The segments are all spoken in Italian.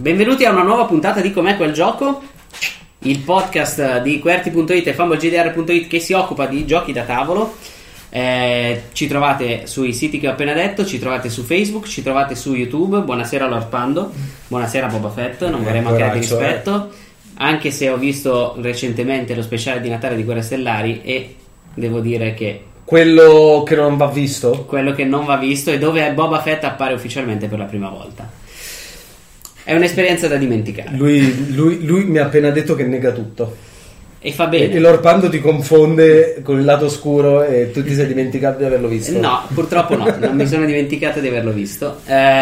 Benvenuti a una nuova puntata di Com'è quel gioco, il podcast di QWERTY.it e FumbleGDR.it che si occupa di giochi da tavolo. Ci trovate sui siti che ho appena detto, ci trovate su Facebook, ci trovate su YouTube. Buonasera Lord Pando, buonasera Boba Fett, non vorrei mancare di rispetto, anche se ho visto recentemente lo speciale di Natale di Guerre Stellari e devo dire che quello che non va visto e dove Boba Fett appare ufficialmente per la prima volta. È un'esperienza da dimenticare. Lui mi ha appena detto che nega tutto. E fa bene. E Lord Pando ti confonde con il lato oscuro e tu ti sei dimenticato di averlo visto. No, purtroppo no, non mi sono dimenticato di averlo visto.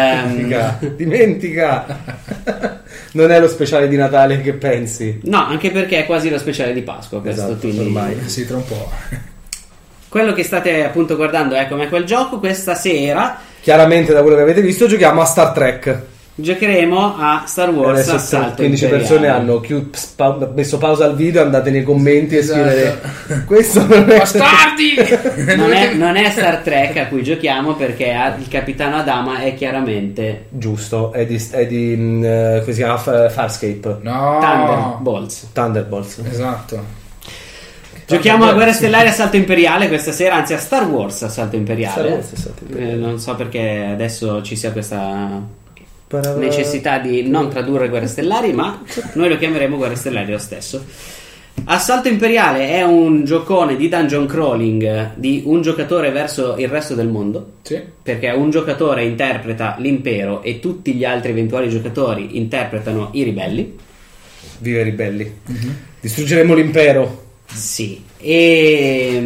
Dimentica. Non è lo speciale di Natale che pensi. No, anche perché è quasi lo speciale di Pasqua questo, esatto, quindi ormai. Sì, tra un po'. Quello che state appunto guardando è Com'è quel gioco. Questa sera chiaramente da quello che avete visto giochiamo a Star Trek. Giocheremo a Star Wars Adesso Assalto 15 Imperiale. persone hanno messo pausa al video, andate nei commenti Esatto. e scrivete questo non è Bastardi! non è Star Trek a cui giochiamo, perché il capitano Adama è chiaramente giusto, è di come si chiama, Farscape. No! Thunderbolts. Esatto. Giochiamo a Guerre Stellari Assalto Imperiale questa sera, anzi a Star Wars Assalto Imperiale. Star Wars Assalto Imperiale. Non so perché adesso ci sia questa necessità di non tradurre Guerre Stellari, ma noi lo chiameremo Guerre Stellari lo stesso. Assalto Imperiale è un giocone di dungeon crawling di un giocatore verso il resto del mondo, Sì. perché un giocatore interpreta l'impero e tutti gli altri eventuali giocatori interpretano i ribelli. Viva i ribelli. Distruggeremo l'impero. Sì, e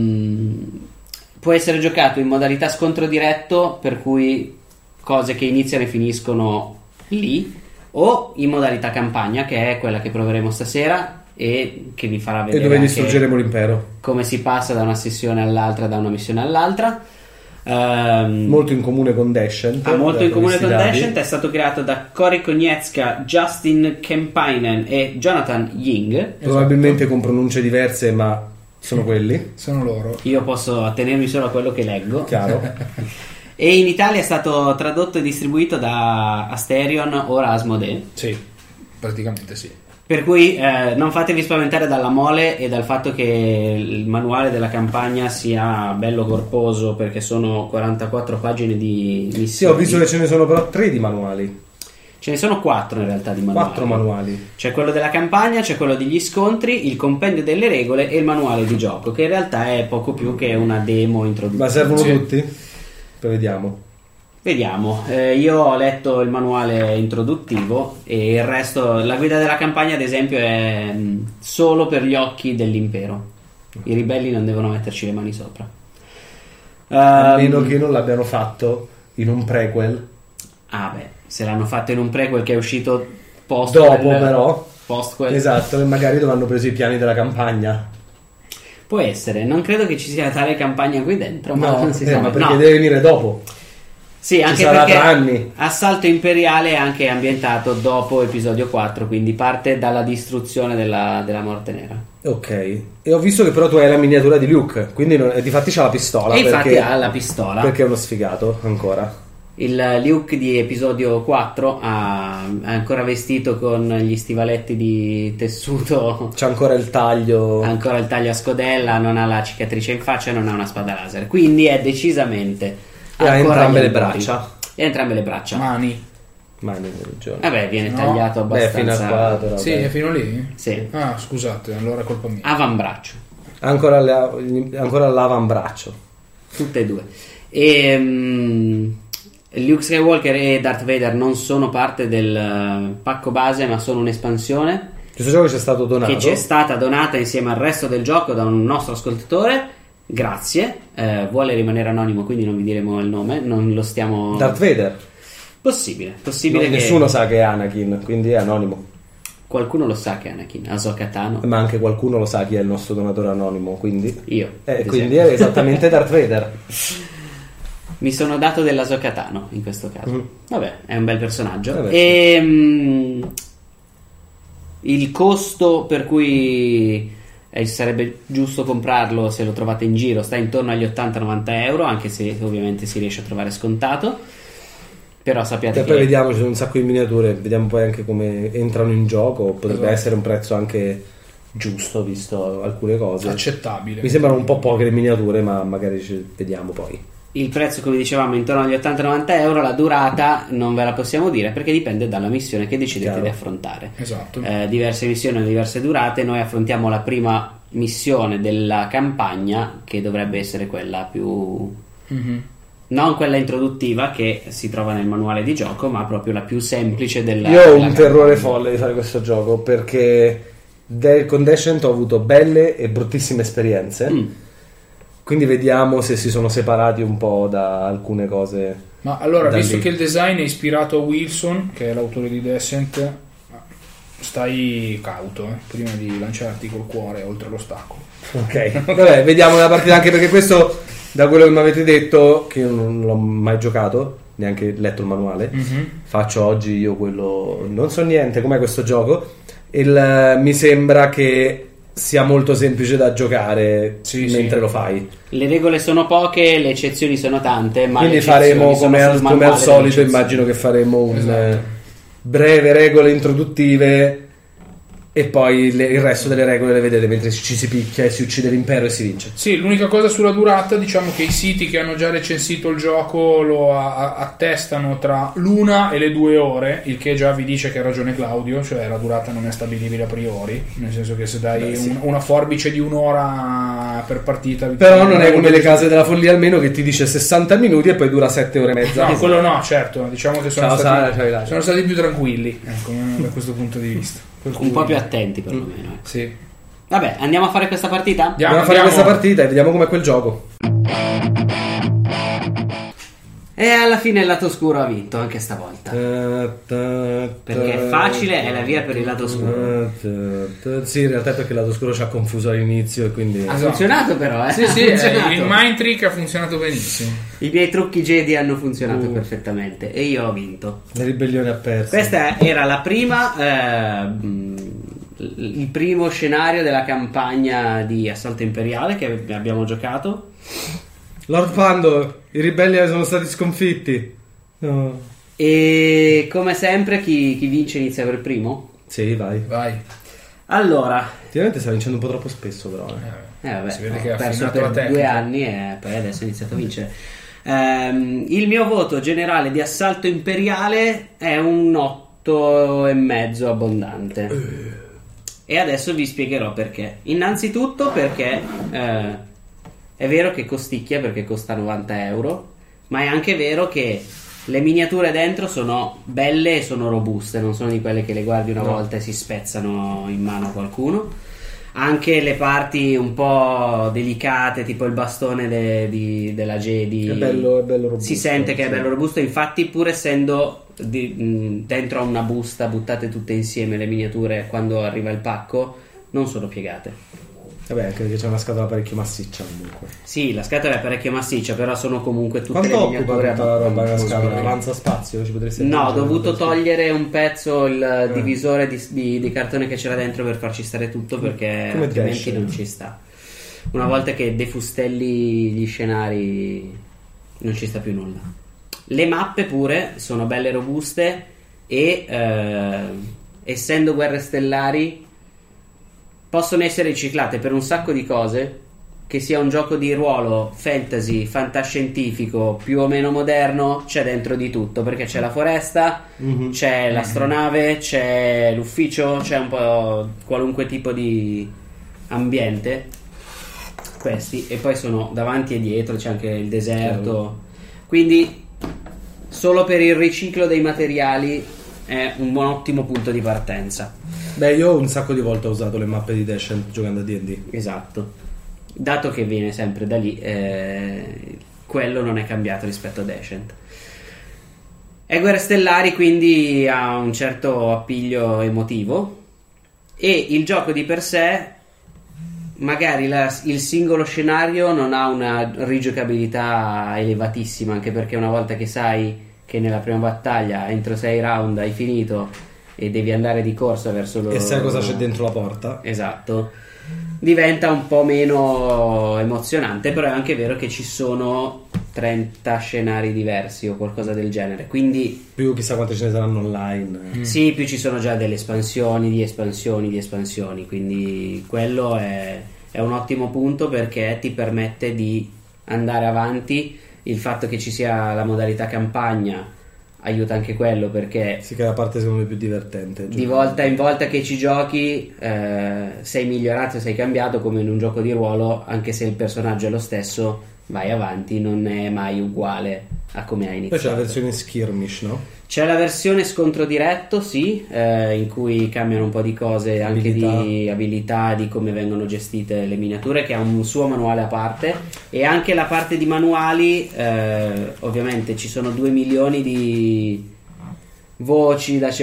può essere giocato in modalità scontro diretto, per cui cose che iniziano e finiscono lì, o in modalità campagna, che è quella che proveremo stasera e che vi farà vedere E dove anche distruggeremo l'impero. come si passa da una sessione all'altra, da una missione all'altra. Molto in comune con Descent. Molto in comune con Descent. È stato creato da Cory Konietzka, Justin Kempainen e Jonathan Ying. Probabilmente con pronunce diverse, ma sono quelli. Sono loro. Io posso attenermi solo a quello che leggo. Chiaro. E in Italia è stato tradotto e distribuito da Asterion, ora Asmodee. Sì, praticamente sì. Per cui non fatevi spaventare dalla mole e dal fatto che il manuale della campagna sia bello corposo, perché sono 44 pagine di missioni. Sì, ho visto che ce ne sono però 3 di manuali. Ce ne sono 4 in realtà di manuali. 4 manuali. C'è quello della campagna, c'è quello degli scontri, il compendio delle regole e il manuale di gioco, che in realtà è poco più che una demo introduttiva. Ma servono Sì. tutti? Poi vediamo. Io ho letto il manuale introduttivo e il resto, la guida della campagna ad esempio è solo per gli occhi dell'impero. I ribelli non devono metterci le mani sopra. A meno che non l'abbiano fatto in un prequel. Se l'hanno fatto in un prequel che è uscito post Dopo però. post quel. Esatto, e magari dove hanno preso i piani della campagna. Può essere, non credo che ci sia tale campagna qui dentro, ma non si sa. Ma perché No. deve venire dopo. Sì, anche sarà perché tra anni. Assalto Imperiale è anche ambientato dopo episodio 4, quindi parte dalla distruzione della Morte Nera. Ok. E ho visto che però tu hai la miniatura di Luke, quindi difatti c'ha la pistola. E infatti perché, ha la pistola. Perché è uno sfigato ancora. Il Luke di episodio 4 è ancora vestito con gli stivaletti di tessuto, C'ha ancora il taglio. ha ancora il taglio a scodella, non ha la cicatrice in faccia, non ha una spada laser, quindi è decisamente E ha ancora entrambe agli le albori. braccia. E entrambe le braccia. Mani. Ma non hai ragione. Vabbè, viene No. tagliato Beh, fino abbastanza. a qua però, Sì, dai. è fino lì? Sì. Ah, scusate, allora è colpa mia. Avambraccio. Ancora l'avambraccio. Tutte e due. E Luke Skywalker e Darth Vader non sono parte del pacco base, ma sono un'espansione Questo gioco ci è stato donato. che ci è stata donata insieme al resto del gioco da un nostro ascoltatore. Grazie. Vuole rimanere anonimo, quindi non vi diremo il nome. Non lo stiamo. Darth Vader. Possibile No, che nessuno sa che è Anakin, quindi è anonimo. qualcuno lo sa che è Anakin. Ahsoka Tano. Ma anche qualcuno lo sa chi è il nostro donatore anonimo, quindi. Io. ad Quindi esempio. è esattamente Darth Vader. Mi sono dato dell'Ahsoka Tano in questo caso. Vabbè, è un bel personaggio. Vabbè, E il costo per cui sarebbe giusto comprarlo, se lo trovate in giro, sta intorno agli 80-90 euro, anche se ovviamente si riesce a trovare scontato. Però sappiate E che poi vediamo, ci sono un sacco di miniature, vediamo poi anche come entrano in gioco, potrebbe essere un prezzo anche giusto visto alcune cose. Accettabile. Mi sembrano un po' poche le miniature, ma magari ci vediamo poi. il prezzo, come dicevamo, intorno agli 80-90 euro. La durata non ve la possiamo dire perché dipende dalla missione che decidete Chiaro. di affrontare. Esatto. Diverse missioni hanno diverse durate. Noi affrontiamo la prima missione della campagna, che dovrebbe essere quella più... Mhm. non quella introduttiva che si trova nel manuale di gioco, ma proprio la più semplice della... Io ho della un terrore campagna. folle di fare questo gioco perché con Descent ho avuto belle e bruttissime esperienze. Quindi vediamo se si sono separati un po' da alcune cose. Ma allora, da visto lì. che il design è ispirato a Wilson, che è l'autore di Descent, stai cauto prima di lanciarti col cuore oltre l'ostacolo. Ok, vabbè, vediamo la partita, anche perché questo, da quello che mi avete detto, che io non l'ho mai giocato, neanche letto il manuale, faccio oggi io quello, non so niente com'è questo gioco. Mi sembra che sia molto semplice da giocare mentre lo fai. Le regole sono poche, le eccezioni sono tante, ma Quindi le eccezioni faremo sono come sul al manuale delle solito, eccezioni. immagino che faremo un Esatto. breve regole introduttive e poi il resto delle regole le vedete mentre ci si picchia e si uccide l'impero e si vince. Sì, l'unica cosa sulla durata, diciamo che i siti che hanno già recensito il gioco lo attestano tra l'1 e le 2 ore, il che già vi dice che ha ragione Claudio, cioè la durata non è stabilibile a priori, nel senso che se dai una forbice di un'ora per partita... Però non è come le case della follia almeno che ti dice 60 minuti e poi dura 7 ore e mezza. No, quello no, certo, diciamo che Ciao, Sara, ciao, Ilaria. sono stati più tranquilli, ecco, da questo punto di vista. Per Un cui- po' più attenti perlomeno. Sì. Vabbè, andiamo a fare questa partita? Andiamo a fare questa partita e vediamo com'è quel gioco. E alla fine il lato oscuro ha vinto anche stavolta. Perché è facile, è la via per il lato oscuro. Sì, in realtà è perché il lato oscuro ci ha confuso all'inizio e quindi... Ha funzionato però, Sì, Ha sì, funzionato. il Mind Trick ha funzionato benissimo. I miei trucchi Jedi hanno funzionato perfettamente e io ho vinto. La ribellione ha perso. Questa era la prima, il primo scenario della campagna di Assalto Imperiale che abbiamo giocato. Lord Pando, i ribelli sono stati sconfitti. No. E come sempre chi vince inizia per primo. Sì, vai. Vai. Allora, Ultimamente sta vincendo un po' troppo spesso però. vabbè, Si vede ho che ha perso affinato la per 2 tecnica. anni e poi adesso ho iniziato a vincere. Il mio voto generale di Assalto Imperiale è un 8,5 abbondante. E adesso vi spiegherò perché. Innanzitutto perché è vero che costicchia, perché costa 90 euro, ma è anche vero che le miniature dentro sono belle e sono robuste, non sono di quelle che le guardi una volta e si spezzano in mano a qualcuno. Anche le parti un po' delicate, tipo il bastone della Jedi, È bello robusto. si sente che è sì. bello robusto. Infatti, pur essendo dentro a una busta buttate tutte insieme le miniature, quando arriva il pacco non sono piegate. Vabbè, anche perché c'è una scatola parecchio massiccia comunque. Sì, la scatola è parecchio massiccia, però sono comunque tutte Quanto le occupa miniature tutta la roba nella scatola? abbastanza- Avanza spazio? Ci potresti No, ho aggiungere dovuto una cosa? togliere un pezzo, il divisore di cartone che c'era dentro per farci stare tutto, perché Come altrimenti Dash. non ci sta. Una volta che defustelli gli scenari non ci sta più nulla. Le mappe pure sono belle robuste e essendo guerre stellari possono essere riciclate per un sacco di cose, che sia un gioco di ruolo, fantasy, fantascientifico, più o meno moderno, c'è dentro di tutto, perché c'è la foresta, c'è l'astronave, c'è l'ufficio, c'è un po' qualunque tipo di ambiente. Questi, e poi sono davanti e dietro, c'è anche il deserto. Quindi solo per il riciclo dei materiali è un buon ottimo punto di partenza. Beh, io un sacco di volte ho usato le mappe di Descent giocando a D&D. Esatto. Dato che viene sempre da lì, quello non è cambiato rispetto a Descent. È Guerre Stellari, quindi ha un certo appiglio emotivo. E il gioco di per sé, magari il singolo scenario non ha una rigiocabilità elevatissima, anche perché una volta che sai che nella prima battaglia entro 6 round hai finito e devi andare di corsa verso E sai cosa c'è dentro la porta? Esatto, diventa un po' meno emozionante. Però è anche vero che ci sono 30 scenari diversi o qualcosa del genere, quindi più chissà quante ce ne saranno online. sì, più ci sono già delle espansioni di espansioni, quindi quello è un ottimo punto perché ti permette di andare avanti. Il fatto che ci sia la modalità campagna aiuta anche quello, perché Sì, che è la parte secondo me più divertente. di volta in volta che ci giochi sei migliorato, sei cambiato, come in un gioco di ruolo, anche se il personaggio è lo stesso, vai avanti, non è mai uguale a come hai iniziato. Poi c'è la versione skirmish, no? C'è la versione scontro diretto, sì, in cui cambiano un po' di cose, anche di abilità, di come vengono gestite le miniature, che ha un suo manuale a parte, e anche la parte di manuali, ovviamente ci sono 2 milioni di voci da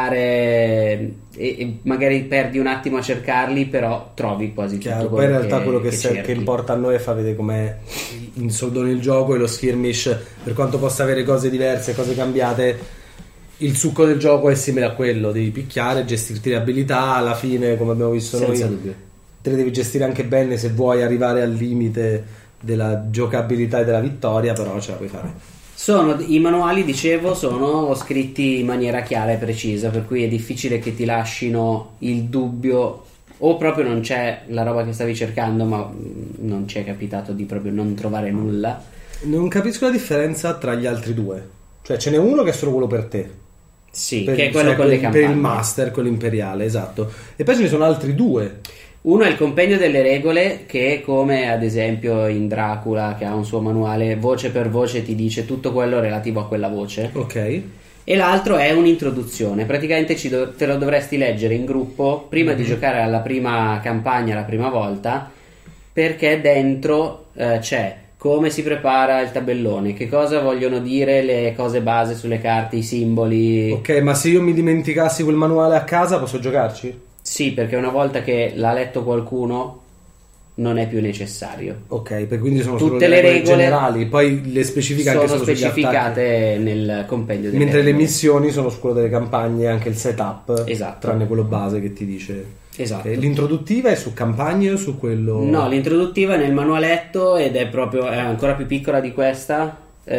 cercare e magari perdi un attimo a cercarli, però trovi quasi Chiaro, tutto poi in quello realtà quello che cerchi. importa a noi è far vedere com'è in soldoni il gioco, e lo skirmish, per quanto possa avere cose diverse, cose cambiate, il succo del gioco è simile a quello, devi picchiare, gestirti le abilità, alla fine come abbiamo visto Senza noi dubbio. te le devi gestire anche bene se vuoi arrivare al limite della giocabilità e della vittoria, però ce la puoi fare. I manuali, dicevo, sono scritti in maniera chiara e precisa, per cui è difficile che ti lascino il dubbio, o proprio non c'è la roba che stavi cercando, ma non ci è capitato di proprio non trovare nulla. Non capisco la differenza tra gli altri due, cioè ce n'è uno che è solo quello per te, Sì, per, che è quello cioè con le per campagne. il master, quello imperiale, esatto, e poi ce ne sono altri due. Uno è il compendio delle regole, che come ad esempio in Dracula, che ha un suo manuale, voce per voce ti dice tutto quello relativo a quella voce, Ok. e l'altro è un'introduzione. Praticamente te lo dovresti leggere in gruppo prima di giocare alla prima campagna la prima volta, perché dentro c'è come si prepara il tabellone, che cosa vogliono dire le cose base sulle carte, i simboli. Ok, ma se io mi dimenticassi quel manuale a casa posso giocarci? Sì, perché una volta che l'ha letto qualcuno non è più necessario. Ok, per quindi sono Tutte solo le regole generali, poi le specifiche anche sono solo sugli attacchi. specificate nel compendio delle Mentre le regole. missioni sono su quello delle campagne, anche il setup, Esatto. tranne quello base che ti dice. Esatto. L'introduttiva è su campagne o su quello? No, l'introduttiva è nel manualetto ed è ancora più piccola di questa,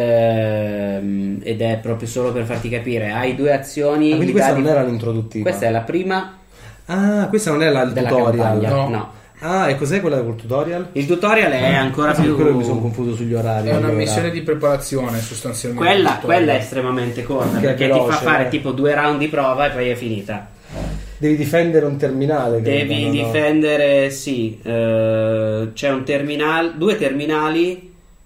ed è proprio solo per farti capire. Hai 2 azioni. Ah, quindi questa non era l'introduttiva? Questa è la prima Ah, questa non è il della tutorial. campagna. No. No. Ah, e cos'è quella col tutorial? Il tutorial è ancora Sì, più. quello mi sono confuso sugli orari. È una allora. missione di preparazione sostanzialmente. Quella è estremamente corta, Che è perché veloce, ti fa fare tipo 2 round di prova e poi è finita. Devi difendere un terminale. Devi credo, no? difendere, sì, c'è un terminale, 2 terminali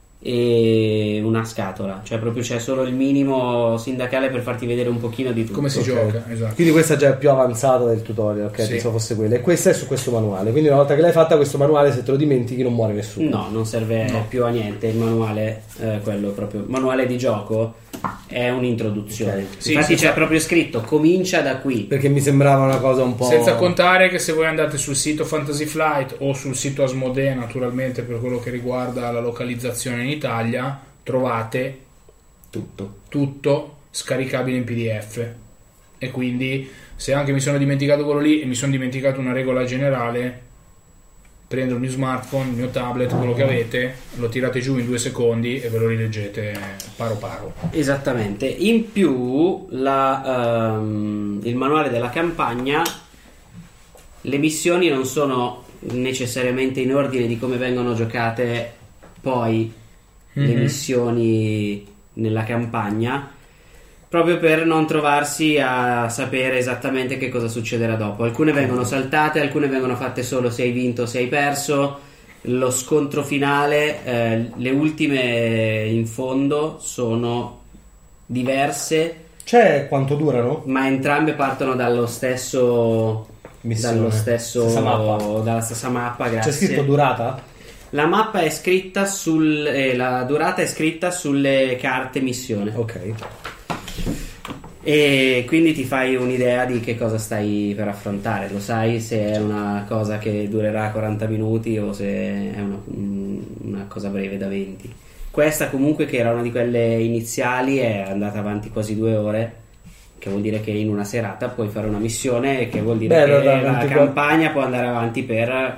e una scatola, cioè proprio c'è solo il minimo sindacale per farti vedere un pochino di tutto. Come si Ok. gioca, esatto. Quindi questa già è più avanzata del tutorial, ok? Sì. Pensavo fosse quella. E questa è su questo manuale. Quindi una volta che l'hai fatta, questo manuale, se te lo dimentichi, non muore nessuno. No, non serve più a niente. Il manuale, quello proprio manuale di gioco, è un'introduzione. Ok. Sì, Infatti sì, c'è proprio scritto comincia da qui. Perché mi sembrava una cosa un po'. Senza contare che se voi andate sul sito Fantasy Flight o sul sito Asmodee, naturalmente per quello che riguarda la localizzazione in Italia, trovate tutto scaricabile in PDF. E quindi se anche mi sono dimenticato quello lì e mi sono dimenticato una regola generale, prendo il mio smartphone, il mio tablet, quello che avete, lo tirate giù in 2 secondi e ve lo rileggete paro paro. Esattamente. In più il manuale della campagna, le missioni non sono necessariamente in ordine di come vengono giocate poi le missioni nella campagna, proprio per non trovarsi a sapere esattamente che cosa succederà dopo. Alcune vengono saltate, alcune vengono fatte solo se hai vinto o se hai perso. Lo scontro finale, le ultime in fondo sono diverse, C'è quanto durano? ma entrambe partono dallo stesso Missione. Stessa mappa. dalla stessa mappa, grazie. C'è scritto durata? La mappa è scritta la durata è scritta sulle carte missione. Ok. E quindi ti fai un'idea di che cosa stai per affrontare. Lo sai se è una cosa che durerà 40 minuti o se è una cosa breve da 20. Questa comunque, che era una di quelle iniziali, è andata avanti quasi 2 ore, che vuol dire che in una serata puoi fare una missione, che vuol dire che la 24 campagna può andare avanti per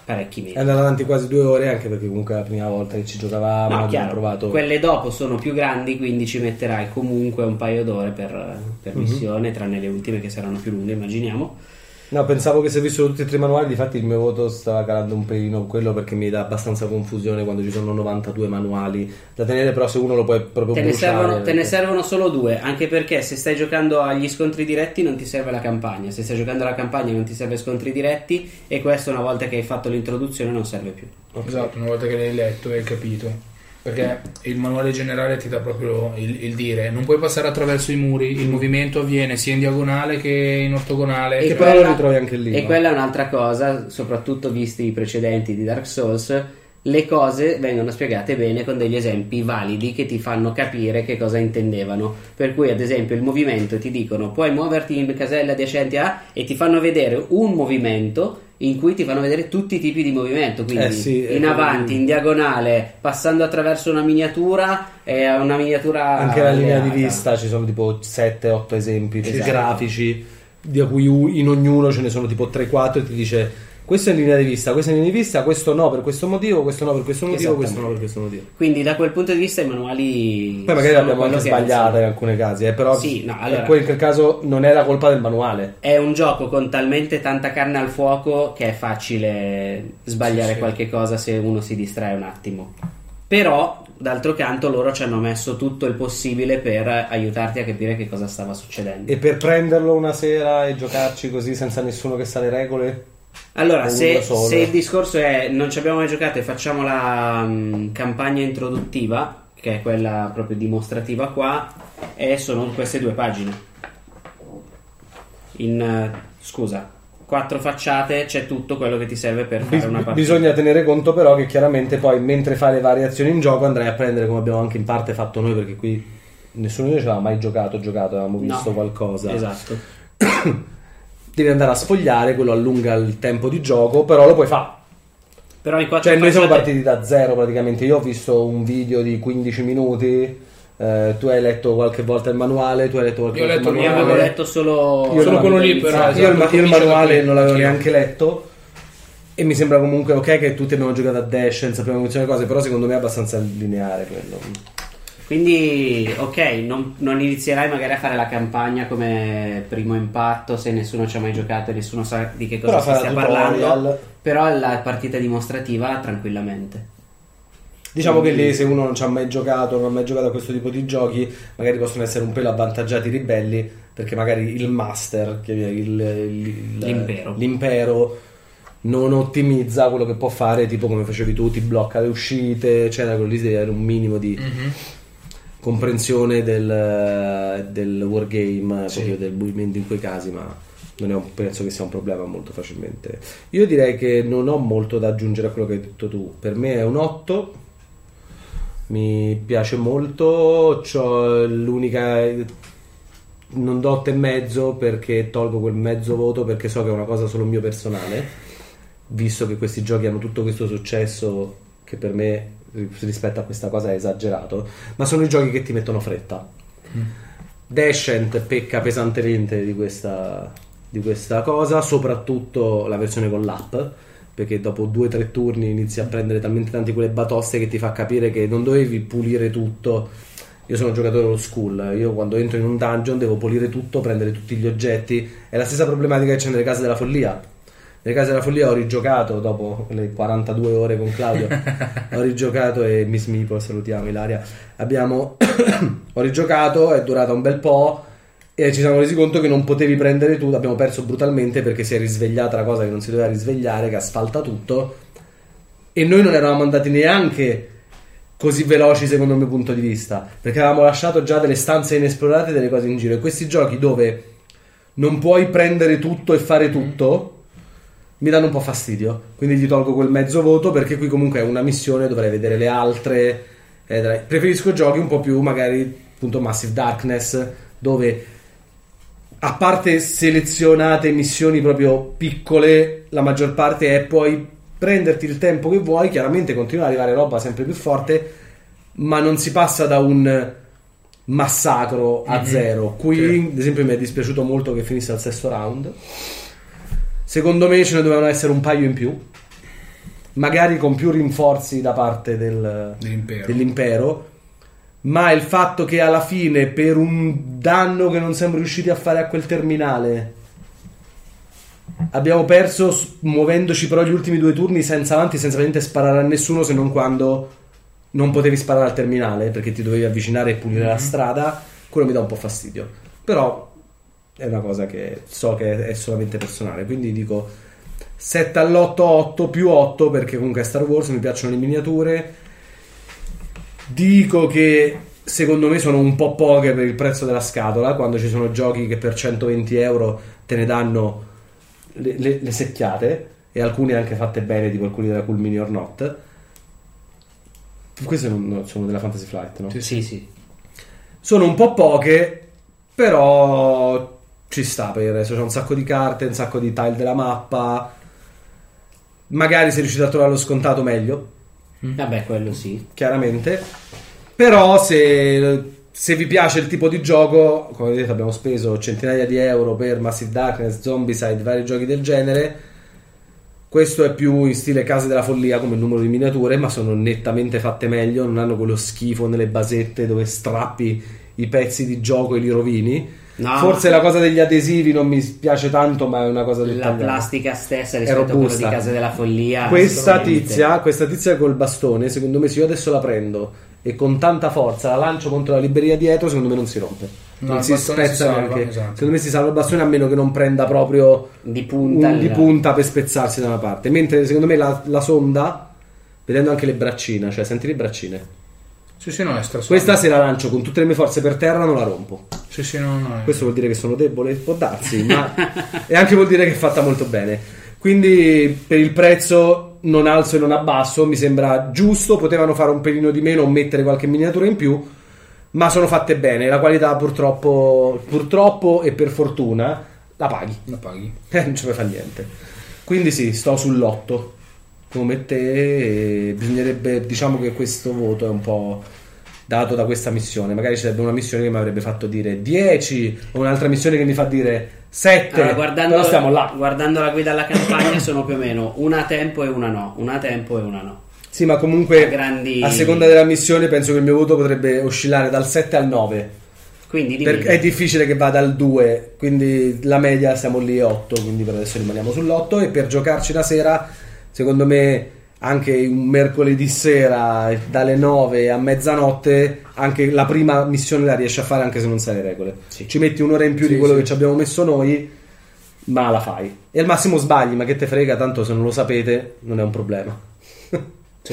parecchi mesi. È andato avanti quasi 2 ore, anche perché comunque la prima volta che ci giocavamo No, abbiamo chiaro, provato. quelle dopo sono più grandi, quindi ci metterai comunque un paio d'ore per missione, tranne le ultime che saranno più lunghe, immaginiamo. No, pensavo che servissero tutti e 3 i manuali, difatti il mio voto stava calando un pelino quello, perché mi dà abbastanza confusione quando ci sono 92 manuali da tenere, però se uno lo puoi proprio bruciare. Te ne servono solo 2, anche perché se stai giocando agli scontri diretti non ti serve la campagna, se stai giocando alla campagna non ti serve scontri diretti, e questo una volta che hai fatto l'introduzione non serve più. Esatto, una volta che l'hai letto e hai capito. Perché il manuale generale ti dà proprio il dire, non puoi passare attraverso i muri, il movimento avviene sia in diagonale che in ortogonale. E però lo ritrovi anche lì. E no? quella è un'altra cosa, soprattutto visti i precedenti di Dark Souls, le cose vengono spiegate bene con degli esempi validi che ti fanno capire che cosa intendevano. Per cui, ad esempio, il movimento, ti dicono puoi muoverti in casella adiacente a, e ti fanno vedere un movimento in cui ti fanno vedere tutti i tipi di movimento, quindi in avanti, in diagonale, passando attraverso una miniatura e una miniatura anche la linea di vista, ci sono tipo 7-8 esempi grafici, di cui in ognuno ce ne sono tipo 3-4, e ti dice questo è in linea di vista, questo è in linea di vista, questo no per questo motivo, questo no per questo motivo, questo no per questo motivo. Quindi da quel punto di vista i manuali poi magari l'abbiamo anche sbagliata in alcuni casi, però sì, no, allora, poi in quel caso non è la colpa del manuale. È un gioco con talmente tanta carne al fuoco che è facile sbagliare qualche cosa se uno si distrae un attimo. Però d'altro canto loro ci hanno messo tutto il possibile per aiutarti a capire che cosa stava succedendo. E per prenderlo una sera e giocarci così senza nessuno che sa le regole? Allora, se il discorso è non ci abbiamo mai giocato e facciamo la campagna introduttiva, che è quella proprio dimostrativa qua, e sono queste 2 pagine. Scusa, 4 facciate, c'è tutto quello che ti serve per fare una partita. Bisogna tenere conto però che chiaramente poi mentre fai le variazioni in gioco andrai a prendere, come abbiamo anche in parte fatto noi, perché qui nessuno di noi ci aveva mai giocato, avevamo visto qualcosa. Esatto. Devi andare a sfogliare, quello allunga il tempo di gioco, però lo puoi fare. Però in 4 noi siamo partiti da zero praticamente. Io ho visto un video di 15 minuti, tu hai letto qualche volta il manuale, tu hai letto qualche volta il manuale. Io avevo letto solo quello lì, però io il manuale non l'avevo neanche letto, e mi sembra comunque ok che tutti abbiamo giocato a Dash, sappiamo funzionare le cose, però secondo me è abbastanza lineare quello. Quindi, ok, non inizierai magari a fare la campagna come primo impatto se nessuno ci ha mai giocato e nessuno sa di che cosa si stia parlando, però la partita dimostrativa tranquillamente. Diciamo che lì, se uno non ci ha mai giocato, non ha mai giocato a questo tipo di giochi, magari possono essere un pelo avvantaggiati i ribelli, perché magari il master, l'impero non ottimizza quello che può fare, tipo come facevi tu, ti blocca le uscite, eccetera. Quello lì deve avere un minimo di comprensione del wargame, proprio del movimento in quei casi, ma penso che sia un problema molto facilmente. Io direi che non ho molto da aggiungere a quello che hai detto tu. Per me è un 8, mi piace molto, non do 8,5 perché tolgo quel mezzo voto, perché so che è una cosa solo mio personale, visto che questi giochi hanno tutto questo successo che per me rispetto a questa cosa è esagerato, ma sono i giochi che ti mettono fretta. Descent pecca pesantemente di questa cosa, soprattutto la versione con l'app, perché dopo 2-3 turni inizi a prendere talmente tanti quelle batoste che ti fa capire che non dovevi pulire tutto. Io sono un giocatore old school, io quando entro in un dungeon devo pulire tutto, prendere tutti gli oggetti. È la stessa problematica che c'è nelle case della follia. Nelle case della follia ho rigiocato dopo le 42 ore con Claudio. Ho rigiocato, e Miss Meeple, salutiamo Ilaria. Ho rigiocato, è durata un bel po', e ci siamo resi conto che non potevi prendere tutto. Abbiamo perso brutalmente perché si è risvegliata la cosa che non si doveva risvegliare, che asfalta tutto, e noi non eravamo andati neanche così veloci secondo il mio punto di vista, perché avevamo lasciato già delle stanze inesplorate, delle cose in giro. E questi giochi dove non puoi prendere tutto e fare tutto mi danno un po' fastidio, quindi gli tolgo quel mezzo voto, perché qui comunque è una missione, dovrei vedere le altre. Preferisco giochi un po' più magari appunto Massive Darkness, dove a parte selezionate missioni proprio piccole, la maggior parte è poi prenderti il tempo che vuoi. Chiaramente continua ad arrivare roba sempre più forte, ma non si passa da un massacro a zero. Qui ad esempio mi è dispiaciuto molto che finisse al 6º round. Secondo me ce ne dovevano essere un paio in più, magari con più rinforzi da parte dell'impero, ma il fatto che alla fine per un danno che non siamo riusciti a fare a quel terminale abbiamo perso muovendoci però gli ultimi 2 turni senza avanti, senza veramente sparare a nessuno, se non quando non potevi sparare al terminale perché ti dovevi avvicinare e pulire la strada. Quello mi dà un po' fastidio, però è una cosa che so che è solamente personale, quindi dico 7 all'8, 8 più 8, perché comunque è Star Wars, mi piacciono le miniature. Dico che secondo me sono un po' poche per il prezzo della scatola, quando ci sono giochi che per 120 euro te ne danno le secchiate, e alcune anche fatte bene, tipo alcuni della Cool Mini or Not. Queste sono della Fantasy Flight, no? Sì. Sono un po' poche, però ci sta per adesso. C'è un sacco di carte, un sacco di tile della mappa. Magari se riuscite a trovare lo scontato meglio. Vabbè, quello sì. Chiaramente. Però se vi piace il tipo di gioco, come vedete abbiamo speso centinaia di euro per Massive Darkness, Zombicide, vari giochi del genere. Questo è più in stile Case della Follia come numero di miniature, ma sono nettamente fatte meglio, non hanno quello schifo nelle basette dove strappi i pezzi di gioco e li rovini. No, forse la cosa degli adesivi non mi piace tanto, ma è una cosa la plastica stessa rispetto a quella di Case della Follia. Questa tizia col bastone, secondo me, se io adesso la prendo e con tanta forza la lancio contro la libreria dietro, secondo me non si rompe. No, non si spezza neanche. Esatto. Secondo me si salva il bastone, a meno che non prenda proprio di punta, di punta per spezzarsi da una parte. Mentre secondo me la sonda, vedendo anche le braccine, cioè senti le braccine. Sì, no, è strasonda. Questa se la lancio con tutte le mie forze per terra non la rompo. Sì, no. Questo vuol dire che sono debole? Può darsi, ma e anche vuol dire che è fatta molto bene. Quindi per il prezzo non alzo e non abbasso, mi sembra giusto. Potevano fare un pelino di meno o mettere qualche miniatura in più, ma sono fatte bene. La qualità purtroppo e per fortuna la paghi. Non ce ne fa niente. Quindi sì, sto sull'8 come te. Bisognerebbe, diciamo che questo voto è un po' dato da questa missione. Magari ci sarebbe una missione che mi avrebbe fatto dire 10 o un'altra missione che mi fa dire 7. Allora, però stiamo là. Guardando la guida alla campagna sono più o meno una a tempo e una no. Una a tempo e una no. Sì, ma comunque a seconda della missione penso che il mio voto potrebbe oscillare dal 7 al 9. Quindi è difficile che vada al 2, quindi la media siamo lì 8, quindi per adesso rimaniamo sull'8. E per giocarci la sera, secondo me anche un mercoledì sera dalle 9 a mezzanotte, anche la prima missione la riesci a fare anche se non sai le regole. Ci metti un'ora in più di quello che ci abbiamo messo noi, ma la fai. E al massimo sbagli, ma che te frega, tanto se non lo sapete non è un problema. Sì.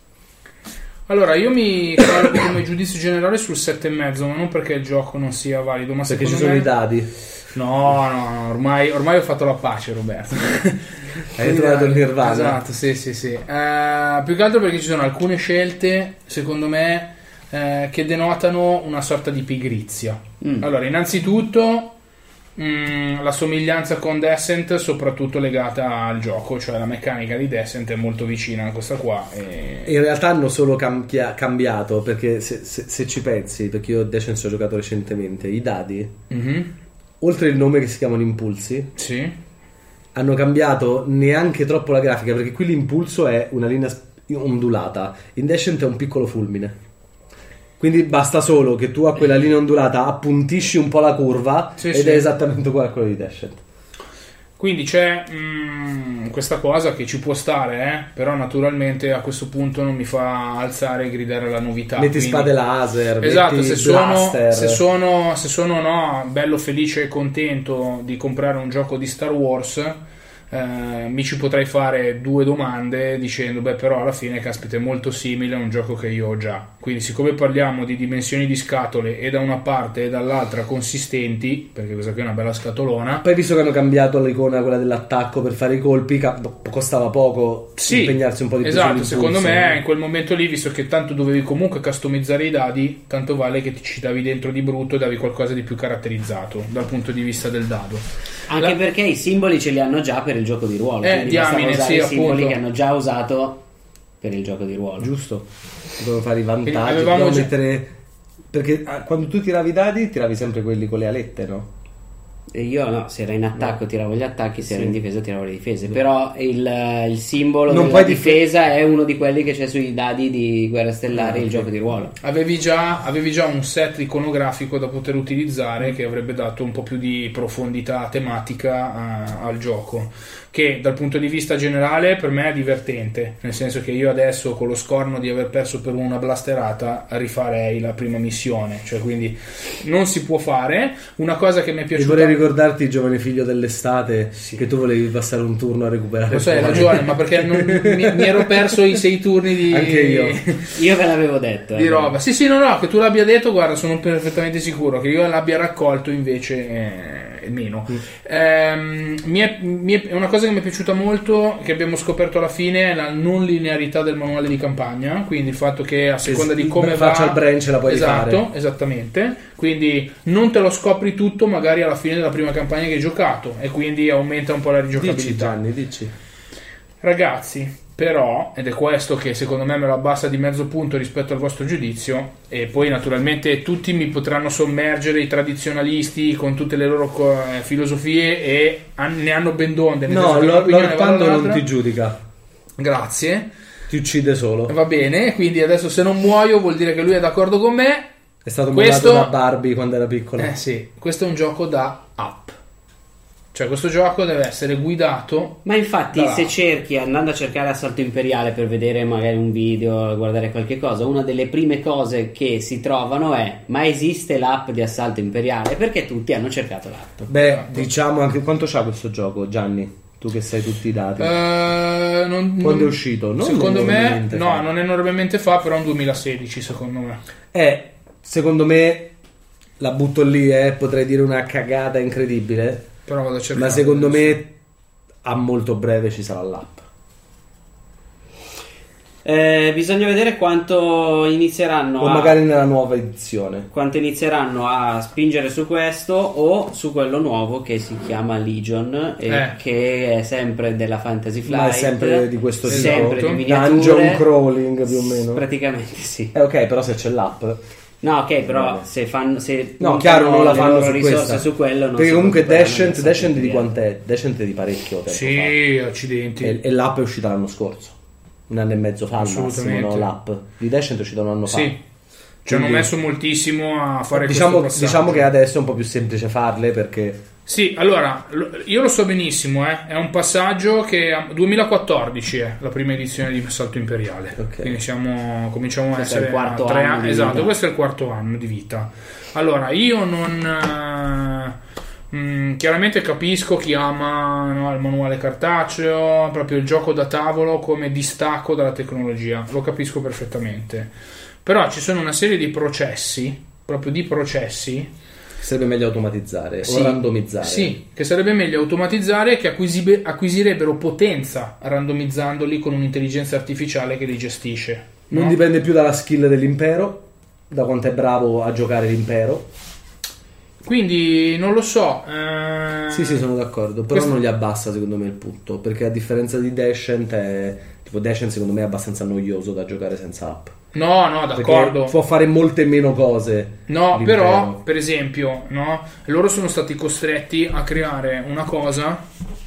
Allora io mi colloco come giudizio generale sul 7,5, ma non perché il gioco non sia valido, ma perché ci sono i dadi. No, ormai ho fatto la pace, Roberto. Hai trovato il nirvana. Esatto, sì. Più che altro perché ci sono alcune scelte, secondo me, che denotano una sorta di pigrizia. Allora, innanzitutto la somiglianza con Descent, soprattutto legata al gioco, cioè la meccanica di Descent è molto vicina a questa qua. In realtà hanno solo cambiato, perché se ci pensi, perché io Descent ci ho giocato recentemente, i dadi, oltre il nome che si chiamano impulsi, sì, hanno cambiato neanche troppo la grafica, perché qui l'impulso è una linea ondulata, in Descent è un piccolo fulmine. Quindi basta solo che tu a quella linea ondulata appuntisci un po' la curva è esattamente uguale a quello di Descent. Quindi c'è questa cosa che ci può stare, però naturalmente a questo punto non mi fa alzare e gridare la novità. Metti spade laser, esatto, metti se sono no, bello, felice e contento di comprare un gioco di Star Wars, mi ci potrei fare 2 domande dicendo però alla fine caspita è molto simile a un gioco che io ho già. Quindi siccome parliamo di dimensioni di scatole e da una parte e dall'altra consistenti, perché questa qui è una bella scatolona, poi visto che hanno cambiato l'icona, quella dell'attacco per fare i colpi, costava poco impegnarsi un po' di più. Esatto, secondo me in quel momento lì, visto che tanto dovevi comunque customizzare i dadi, tanto vale che ti ci davi dentro di brutto e davi qualcosa di più caratterizzato dal punto di vista del dado. Anche perché i simboli ce li hanno già per il gioco di ruolo, quindi diamine, usare i simboli appunto, che hanno già usato per il gioco di ruolo. Giusto, devono fare i vantaggi, mettere, perché quando tu tiravi i dadi tiravi sempre quelli con le alette, no? E io no, se era in attacco tiravo gli attacchi, se era in difesa tiravo le difese. Però il simbolo della difesa è uno di quelli che c'è sui dadi di Guerre Stellari, il gioco di ruolo. Avevi già un set iconografico da poter utilizzare che avrebbe dato un po' più di profondità tematica al gioco, che dal punto di vista generale per me è divertente, nel senso che io adesso con lo scorno di aver perso per una blasterata rifarei la prima missione, cioè quindi non si può fare. Una cosa che mi è piaciuta, vorrei ricordarti, giovane figlio dell'estate, che tu volevi passare un turno a recuperare. Lo sai, hai ragione, ma perché mi ero perso i 6 turni di... Anche io ve l'avevo detto di roba. Sì, no, che tu l'abbia detto, guarda, sono perfettamente sicuro che io l'abbia raccolto invece meno. È una cosa che mi è piaciuta molto, che abbiamo scoperto alla fine, è la non linearità del manuale di campagna, quindi il fatto che a seconda di come faccia il branch la puoi rifare. Esattamente, quindi non te lo scopri tutto magari alla fine della prima campagna che hai giocato, e quindi aumenta un po' la rigiocabilità. Dici. Ragazzi, però, ed è questo che secondo me me lo abbassa di mezzo punto rispetto al vostro giudizio, e poi naturalmente tutti mi potranno sommergere, i tradizionalisti con tutte le loro filosofie, e ne hanno ben donde. No, Lord Pando non ti giudica. Grazie. Ti uccide solo. Va bene, quindi adesso se non muoio vuol dire che lui è d'accordo con me. È stato mollato da Barbie quando era piccolo. Sì, questo è un gioco da app. Cioè questo gioco deve essere guidato. Ma infatti se cerchi, andando a cercare Assalto Imperiale per vedere magari un video, guardare qualche cosa, una delle prime cose che si trovano è: ma esiste l'app di Assalto Imperiale? Perché tutti hanno cercato l'app. Beh, diciamo anche quanto c'ha questo gioco, Gianni? Tu che sai tutti i dati. Quando è uscito? Secondo me non è enormemente fa, però è un 2016 secondo me. Secondo me la butto lì, potrei dire una cagata incredibile. Però vado a cercare. Ma secondo me a molto breve ci sarà l'app. Bisogna vedere quanto inizieranno o magari nella nuova edizione, quanto inizieranno a spingere su questo o su quello nuovo che si chiama Legion, che è sempre della Fantasy Flight, ma è sempre di questo tipo, sempre di miniature, dungeon crawling più o meno, praticamente sì. Ok, però se c'è l'app. No, ok, però se chiaro, non la fanno su risorse questa. Su quello non, perché comunque Descent di quant'è? Descent di parecchio tempo sì, fa. Accidenti. E l'app è uscita l'anno scorso, un anno e mezzo fa al massimo, no? L'app di Descent è uscita un anno fa. Ci hanno messo moltissimo a fare diciamo che adesso è un po' più semplice farle, perché sì, allora io lo so benissimo, è un passaggio che 2014 è la prima edizione di Assalto Imperiale, quindi cominciamo a essere il quarto 3 anno. Esatto, questo è il quarto anno di vita. Allora io non chiaramente capisco chi ama il manuale cartaceo, proprio il gioco da tavolo come distacco dalla tecnologia, lo capisco perfettamente, però ci sono una serie di processi, proprio di processi sarebbe meglio automatizzare o randomizzare. Sì, che sarebbe meglio automatizzare, che acquisirebbero potenza randomizzandoli con un'intelligenza artificiale che li gestisce. Non dipende più dalla skill dell'impero, da quanto è bravo a giocare l'impero. Quindi non lo so. Sì, sono d'accordo, però non gli abbassa secondo me il punto, perché a differenza di Descent Descent secondo me è abbastanza noioso da giocare senza app. No, d'accordo. Perché può fare molte meno cose. No, però, per esempio, loro sono stati costretti a creare una cosa,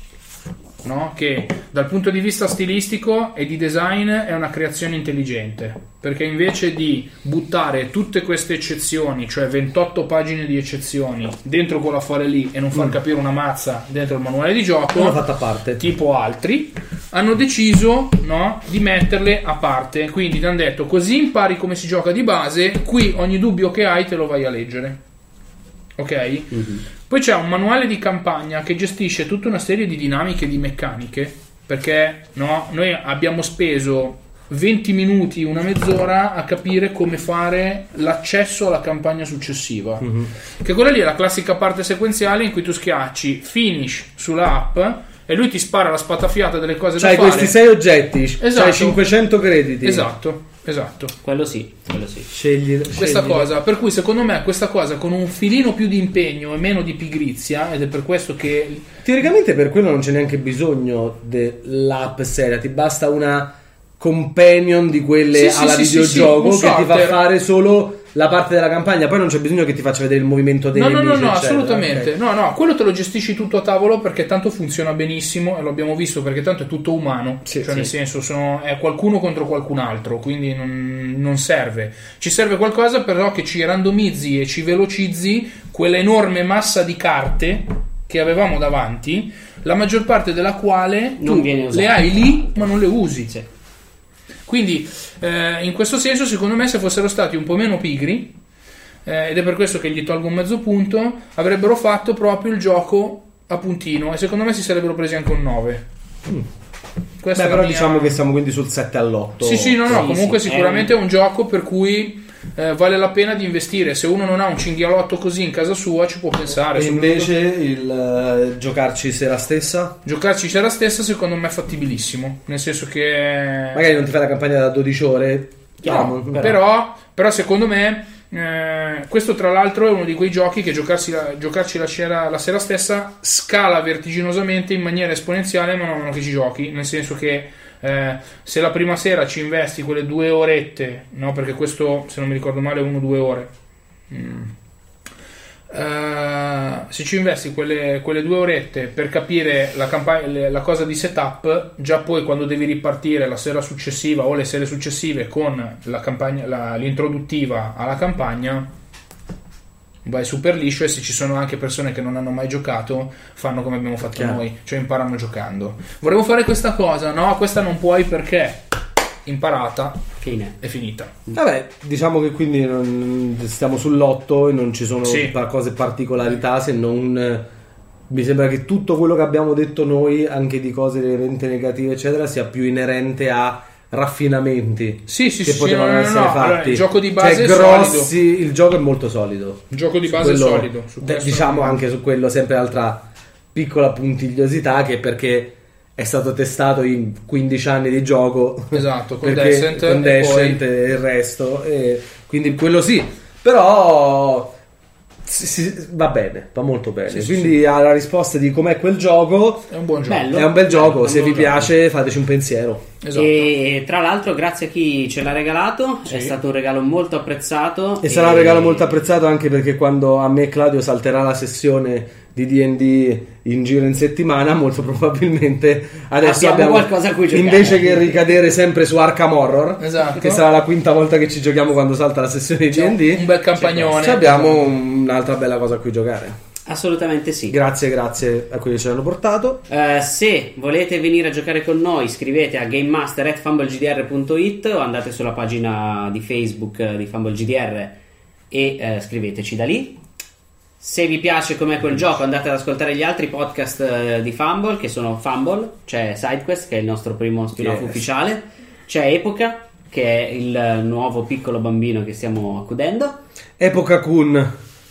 che dal punto di vista stilistico e di design è una creazione intelligente, perché invece di buttare tutte queste eccezioni, cioè 28 pagine di eccezioni dentro quell'affare lì e non far capire una mazza dentro il manuale di gioco, l'hanno fatta a parte, tipo altri hanno deciso di metterle a parte, quindi ti hanno detto: così impari come si gioca di base, qui ogni dubbio che hai te lo vai a leggere, ok? Poi c'è un manuale di campagna che gestisce tutta una serie di dinamiche, di meccaniche, perché noi abbiamo speso 20 minuti, una mezz'ora a capire come fare l'accesso alla campagna successiva, che quella lì è la classica parte sequenziale in cui tu schiacci finish sulla app e lui ti spara la spatafiata delle cose da fare. C'hai questi 6 oggetti, c'hai 500 crediti. Esatto. Quello sì. Scegli questa cosa, per cui secondo me questa cosa con un filino più di impegno e meno di pigrizia, ed è per questo che teoricamente per quello non c'è neanche bisogno dell'app seria, ti basta una companion di quelle alla videogioco che ti fa fare solo la parte della campagna, poi non c'è bisogno che ti faccia vedere il movimento dei nemici, no, eccetera. assolutamente. Okay. No, quello te lo gestisci tutto a tavolo perché tanto funziona benissimo e lo abbiamo visto perché tanto è tutto umano, nel senso è qualcuno contro qualcun altro, quindi non serve. Ci serve qualcosa però che ci randomizzi e ci velocizzi quell'enorme massa di carte che avevamo davanti, la maggior parte della quale non tu viene usata. le hai lì ma non le usi. Sì. Quindi in questo senso secondo me se fossero stati un po' meno pigri, ed è per questo che gli tolgo un mezzo punto, avrebbero fatto proprio il gioco a puntino e secondo me si sarebbero presi anche un 9. Questa però è la mia... diciamo che siamo quindi sul 7 all'8. Sì, comunque sicuramente è un gioco per cui vale la pena di investire. Se uno non ha un cinghialotto così in casa sua ci può pensare. E invece il giocarci sera stessa secondo me è fattibilissimo, nel senso che magari non ti fai la campagna da 12 ore, però secondo me questo tra l'altro è uno di quei giochi che giocarci la sera stessa scala vertiginosamente in maniera esponenziale man mano che ci giochi, nel senso che se la prima sera ci investi quelle 2 orette, no, perché questo se non mi ricordo male è 1-2 ore, se ci investi quelle 2 orette per capire la campagna, la cosa di setup, già poi quando devi ripartire la sera successiva o le sere successive con la campagna, l'introduttiva alla campagna, vai super liscio. E se ci sono anche persone che non hanno mai giocato, fanno come abbiamo fatto noi, cioè imparano giocando. Volevo fare questa cosa, no, questa non puoi perché imparata, fine, è finita. Vabbè, diciamo che quindi stiamo sull'8 e non ci sono cose particolarità, se non mi sembra che tutto quello che abbiamo detto noi, anche di cose veramente negative eccetera, sia più inerente a raffinamenti che potevano essere fatti. Allora, il gioco di base è grossi, solido. il gioco è molto solido. Il gioco di base è solido. Diciamo anche su quello sempre altra piccola puntigliosità, che perché è stato testato in 15 anni di gioco, esatto, con Descent e il resto, e quindi quello sì, però va bene, va molto bene. Quindi alla risposta di com'è quel gioco, è un buon gioco, bello, è un bel gioco, bello, se vi piace fateci un pensiero. Esatto. E tra l'altro grazie a chi ce l'ha regalato, è stato un regalo molto apprezzato e sarà un regalo molto apprezzato anche perché quando a me e Claudio salterà la sessione di D&D in giro in settimana, molto probabilmente adesso abbiamo qualcosa a cui giocare, invece che ricadere sempre su Arkham Horror, esatto, che sarà la quinta volta che ci giochiamo quando salta la sessione di D&D, un bel campagnone, abbiamo un'altra bella cosa a cui giocare. Assolutamente sì. Grazie a quelli che ce l'hanno portato. Se volete venire a giocare con noi, scrivete a gamemaster@fumblegdr.it o andate sulla pagina di Facebook di FumbleGDR e scriveteci da lì. Se vi piace com'è quel gioco, andate ad ascoltare gli altri podcast di Fumble, che sono Fumble, c'è SideQuest che è il nostro primo spin-off ufficiale, c'è Epoca che è il nuovo piccolo bambino che stiamo accudendo, Epoca Kun,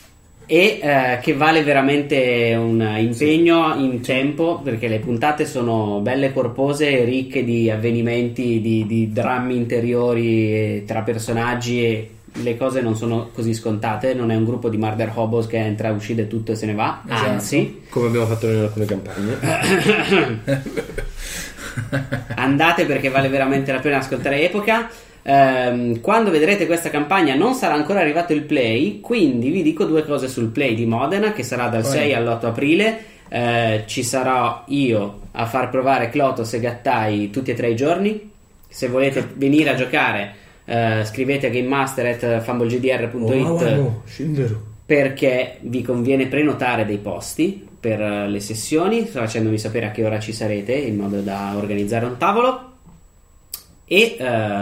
e che vale veramente un impegno in tempo, perché le puntate sono belle corpose, ricche di avvenimenti, di drammi interiori tra personaggi, e le cose non sono così scontate. Non è un gruppo di murder hobos che entra, uccide tutto e se ne va, esatto, anzi, come abbiamo fatto noi in alcune campagne. andate perché vale veramente la pena ascoltare Epoca. Quando vedrete questa campagna non sarà ancora arrivato il play, quindi vi dico 2 cose sul play di Modena, che sarà dal 6 all'8 aprile. Ci sarò io a far provare Clotos e Gattai tutti e 3 i giorni. Se volete venire a giocare, scrivete a gamemaster@fumblegdr.it perché vi conviene prenotare dei posti per le sessioni, facendomi sapere a che ora ci sarete in modo da organizzare un tavolo. E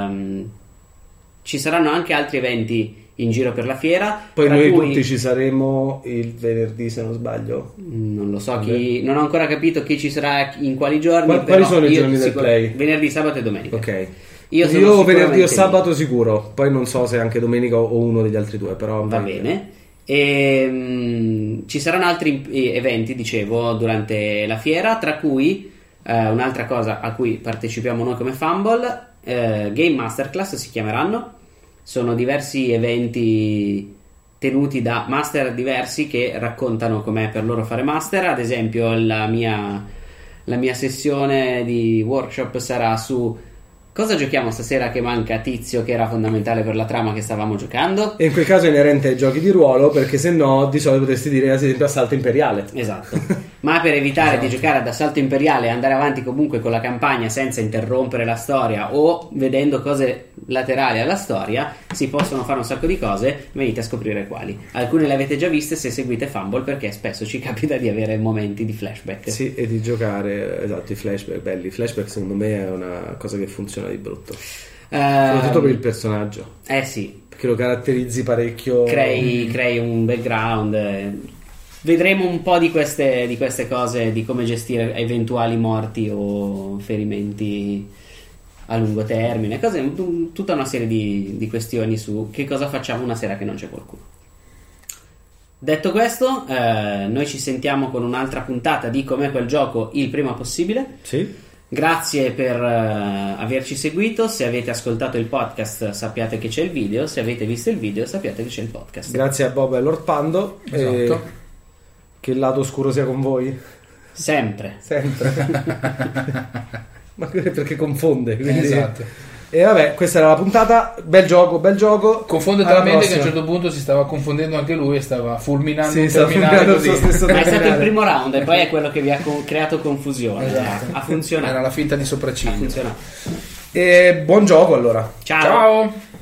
ci saranno anche altri eventi in giro per la fiera. Poi noi tutti ci saremo il venerdì, se non sbaglio. Non lo so non ho ancora capito chi ci sarà in quali giorni. Quali sono i giorni del play? Venerdì, sabato e domenica. Ok. Io venerdì o sabato sicuro, poi non so se anche domenica o uno degli altri 2, però va bene. E ci saranno altri eventi, dicevo, durante la fiera, tra cui un'altra cosa a cui partecipiamo noi come Fumble, Game Masterclass si chiameranno. Sono diversi eventi tenuti da master diversi che raccontano com'è per loro fare master. Ad esempio la mia sessione di workshop sarà su Cosa giochiamo stasera che manca Tizio, che era fondamentale per la trama che stavamo giocando? E in quel caso è inerente ai giochi di ruolo, perché se no di solito potresti dire ad esempio Assalto Imperiale. Esatto. Ma per evitare di giocare ad Assalto Imperiale e andare avanti comunque con la campagna senza interrompere la storia o vedendo cose laterali alla storia, si possono fare un sacco di cose, venite a scoprire quali. Alcune le avete già viste se seguite Fumble, perché spesso ci capita di avere momenti di flashback. Sì, e di giocare, esatto, i flashback belli. I flashback secondo me è una cosa che funziona di brutto. Soprattutto per il personaggio. Sì. Perché lo caratterizzi parecchio. Crei un background. Vedremo un po' di queste cose, di come gestire eventuali morti o ferimenti a lungo termine, tutta una serie di questioni su che cosa facciamo una sera che non c'è qualcuno. Detto questo, noi ci sentiamo con un'altra puntata di Com'è quel gioco il prima possibile. Sì. Grazie per averci seguito. Se avete ascoltato il podcast sappiate che c'è il video, se avete visto il video sappiate che c'è il podcast. Grazie a Bob e Lord Pando. Esatto. Che il lato oscuro sia con voi. Sempre. Ma perché confonde, quindi... Esatto. E vabbè, questa era la puntata. Bel gioco. Confonde talmente che a un certo punto si stava confondendo anche lui e stava fulminando sì, un stava terminale fulminando il suo così. stesso Ma è stato il terminale. primo round e poi è quello che vi ha creato confusione. Esatto. Ha funzionato. Era la finta di Ha sopracciglio. funzionato. E buon gioco allora. Ciao. Ciao.